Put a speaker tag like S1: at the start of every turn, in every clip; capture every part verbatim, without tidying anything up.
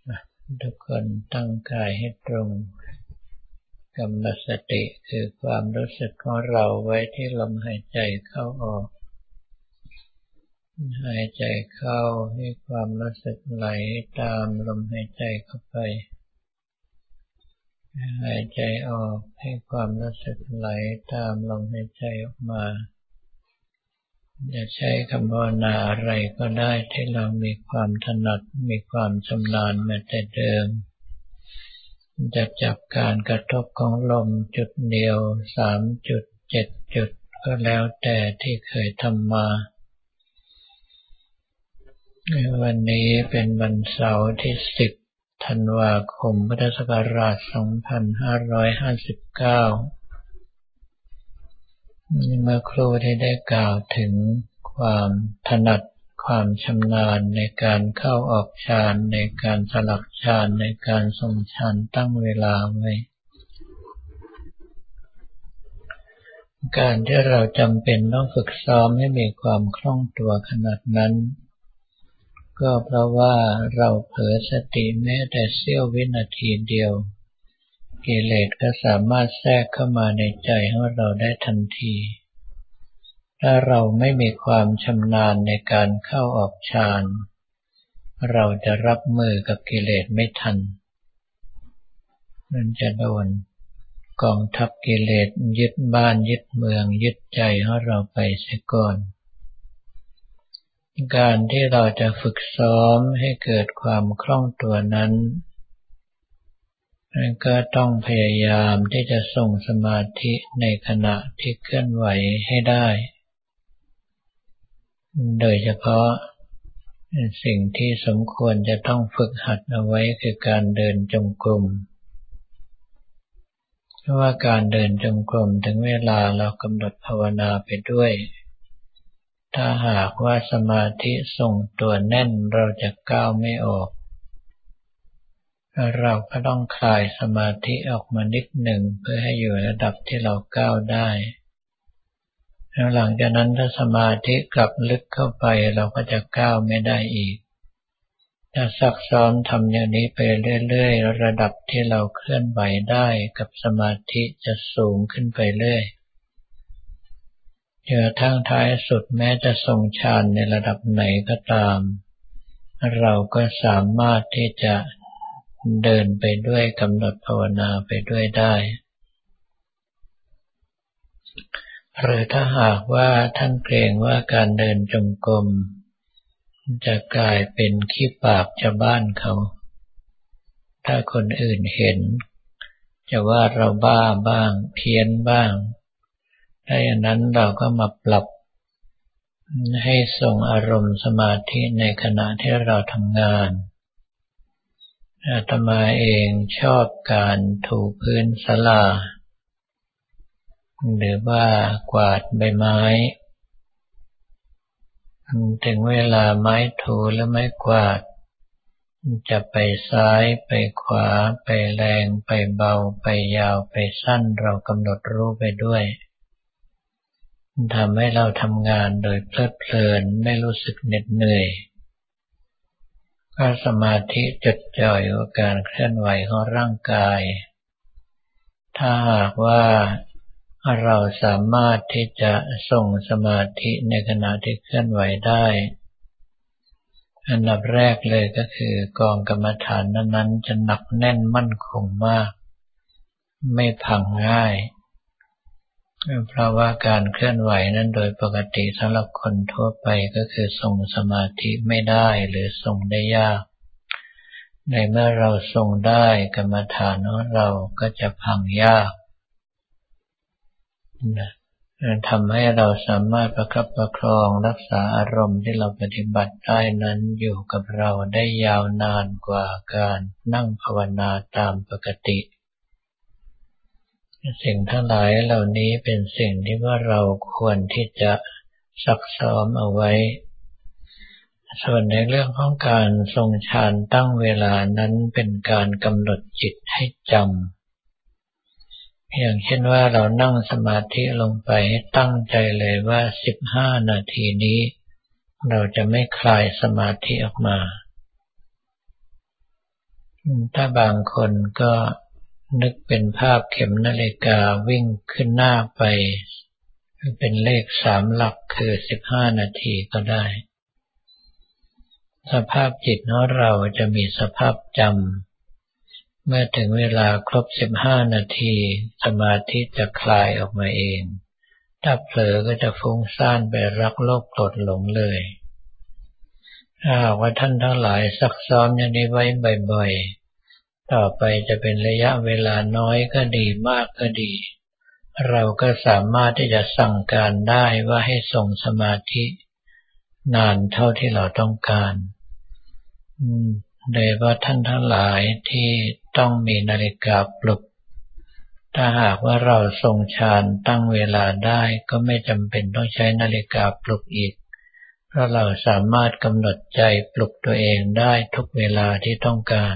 S1: ทุกคนตั้งกายให้ตรงกำหนดสติคือความรู้สึกของเราไว้ที่ลมหายใจเข้าออกหายใจเข้าให้ความรู้สึกไหลตามลมหายใจเข้าไปหายใจออกให้ความรู้สึกไหลตามลมหายใจออกมาจะใช้คำภาวนาอะไรก็ได้ที่เรามีความถนัดมีความชำนาญมาแต่เดิมจะจับการกระทบของลมจุดเดียวสามจุดเจ็ดจุดก็แล้วแต่ที่เคยทำมาวันนี้เป็นวันเสาร์ที่สิบธันวาคมพุทธศักราชสองพันห้าร้อยห้าสิบเก้าเมื่อครูได้ได้กล่าวถึงความถนัดความชำนาญในการเข้าออกฌานในการสลับฌานในการทรงฌานตั้งเวลาไว้การที่เราจำเป็นต้องฝึกซ้อมให้มีความคล่องตัวขนาดนั้นก็เพราะว่าเราเผลอสติแม้แต่เสี้ยววินาทีเดียวกิเลสก็สามารถแทรกเข้ามาในใจของเราได้ทันทีถ้าเราไม่มีความชำนาญในการเข้าออกฌานเราจะรับมือกับกิเลสไม่ทันมันจะโดนกองทัพกิเลสยึดบ้านยึดเมืองยึดใจของเราไปเสียก่อนการที่เราจะฝึกซ้อมให้เกิดความคล่องตัวนั้นก็ต้องพยายามที่จะส่งสมาธิในขณะที่เคลื่อนไหวให้ได้โดยเฉพาะสิ่งที่สมควรจะต้องฝึกหัดเอาไว้คือการเดินจงกรมเพราะว่าการเดินจงกรมถึงเวลาเรากำหนดภาวนาไปด้วยถ้าหากว่าสมาธิทรงตัวแน่นเราจะก้าวไม่ออกเราก็ต้องคลายสมาธิออกมานิดหนึ่งเพื่อให้อยู่ระดับที่เราก้าวได้แล้วหลังจากนั้นถ้าสมาธิกลับลึกเข้าไปเราก็จะก้าวไม่ได้อีกถ้าซักซ้อมทำอย่างนี้ไปเรื่อยๆระดับที่เราเคลื่อนไหวได้กับสมาธิจะสูงขึ้นไปเรื่อยจนกระทั่งท้ายสุดแม้จะทรงฌานในระดับไหนก็ตามเราก็สามารถที่จะเดินไปด้วยกำหนดภาวนาไปด้วยได้หรือถ้าหากว่าท่านเกรงว่าการเดินจงกรมจะกลายเป็นขี้ปากชาวบ้านเขาถ้าคนอื่นเห็นจะว่าเราบ้าบ้างเพี้ยนบ้างถ้าอย่างนั้นเราก็มาปรับให้ทรงอารมณ์สมาธิในขณะที่เราทำงานอาตมาเองชอบการถูพื้นศาลาหรือว่ากวาดใบไม้ถึงเวลาไม้ถูหรือไม้กวาดจะไปซ้ายไปขวาไปแรงไปเบาไปยาวไปสั้นเรากำหนดรู้ไปด้วยทำให้เราทำงานโดยเพลิดเพลินไม่รู้สึกเหน็ดเหนื่อยก็สมาธิจดจ่อยกับการเคลื่อนไหวของร่างกายถ้าหากว่าเราสามารถที่จะส่งสมาธิในขณะที่เคลื่อนไหวได้อันดับแรกเลยก็คือกองกรรมฐานนั้นๆจะหนักแน่นมั่นคงมากไม่พังง่ายเพราะว่าการเคลื่อนไหวนั้นโดยปกติสำหรับคนทั่วไปก็คือทรงสมาธิไม่ได้หรือทรงได้ยากในเมื่อเราทรงได้กรรมฐานของเราก็จะพังยากทำให้เราสามารถประคับประคองรักษาอารมณ์ที่เราปฏิบัติได้นั้นอยู่กับเราได้ยาวนานกว่าการนั่งภาวนาตามปกติสิ่งทั้งหลายเหล่านี้เป็นสิ่งที่ว่าเราควรที่จะซักซ้อมเอาไว้ส่วนในเรื่องของการทรงฌานตั้งเวลานั้นเป็นการกำหนดจิตให้จำอย่างเช่นว่าเรานั่งสมาธิลงไปให้ตั้งใจเลยว่าสิบห้านาทีนี้เราจะไม่คลายสมาธิออกมาถ้าบางคนก็นึกเป็นภาพเข็มนาฬิกาวิ่งขึ้นหน้าไปเป็นเลขสามหลักคือสิบห้านาทีก็ได้สภาพจิตของเราจะมีสภาพจำเมื่อถึงเวลาครบสิบห้านาทีสมาธิจะคลายออกมาเองถ้าเผลอก็จะฟุ้งซ่านไปรักโลภโกรธหลงเลยถ้าหากว่าท่านทั้งหลายซักซ้อมอย่างนี้ไว้บ่อยๆต่อไปจะเป็นระยะเวลาน้อยก็ดีมากก็ดีเราก็สามารถที่จะสั่งการได้ว่าให้ทรงสมาธินานเท่าที่เราต้องการโดยว่าท่านทั้งหลายที่ต้องมีนาฬิกาปลุกถ้าหากว่าเราทรงฌานตั้งเวลาได้ก็ไม่จำเป็นต้องใช้นาฬิกาปลุกอีกเพราะเราสามารถกำหนดใจปลุกตัวเองได้ทุกเวลาที่ต้องการ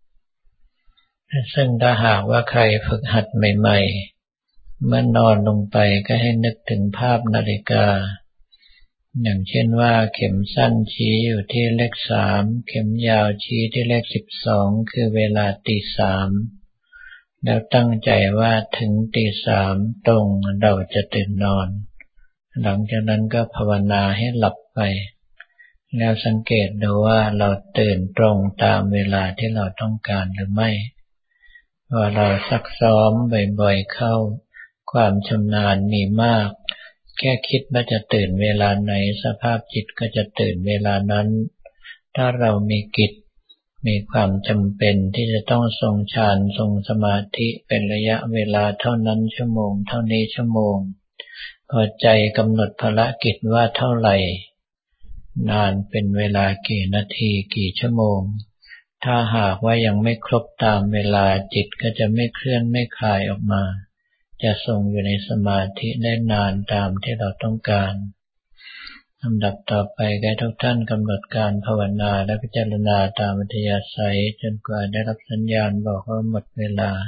S1: ซึ่งถ้าหากว่าใครฝึกหัดใหม่ๆเมื่อนอนลงไปก็ให้นึกถึงภาพนาฬิกาอย่างเช่นว่าเข็มสั้นชี้อยู่ที่เลขสามเข็มยาวชี้ที่เลขสิบสองคือเวลาตีสามแล้วตั้งใจว่าถึงตีสามตรงเราจะตื่นนอนหลังจากนั้นก็ภาวนาให้หลับไปแล้วสังเกตดูว่าเราตื่นตรงตามเวลาที่เราต้องการหรือไม่ว่าเราซักซ้อมบ่อยๆเข้าความชำนาญมีมากแค่คิดว่าจะตื่นเวลาไหนสภาพจิตก็จะตื่นเวลานั้นถ้าเรามีกิจมีความจำเป็นที่จะต้องทรงฌานทรงสมาธิเป็นระยะเวลาเท่านั้นชั่วโมงเท่านี้ชั่วโมงพอใจกำหนดภารกิจว่าเท่าไหร่นานเป็นเวลากี่นาทีกี่ชั่วโมงถ้าหากว่ายังไม่ครบตามเวลาจิตก็จะไม่เคลื่อนไม่คลายออกมาจะทรงอยู่ในสมาธิได้นานตามที่เราต้องการลำดับต่อไปให้ทุกท่านกำหนดการภาวนาและพิจารณาตามอัธยาศัยจนกว่าได้รับสัญญาณบอกว่าหมดเวลา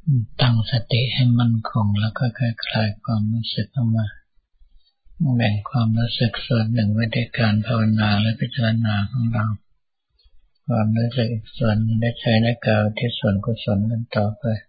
S1: ตั้งสติให้มั่นคงแล้วก็คลายความรู้สึกออกมาแบ่งความรู้สึกส่วนหนึ่งไว้ในการภาวนาและพิจารณาของเราความรู้สึกอีกส่วนหนึ่งได้ใช้ในการที่ส่วนกุศลนั้นต่อไป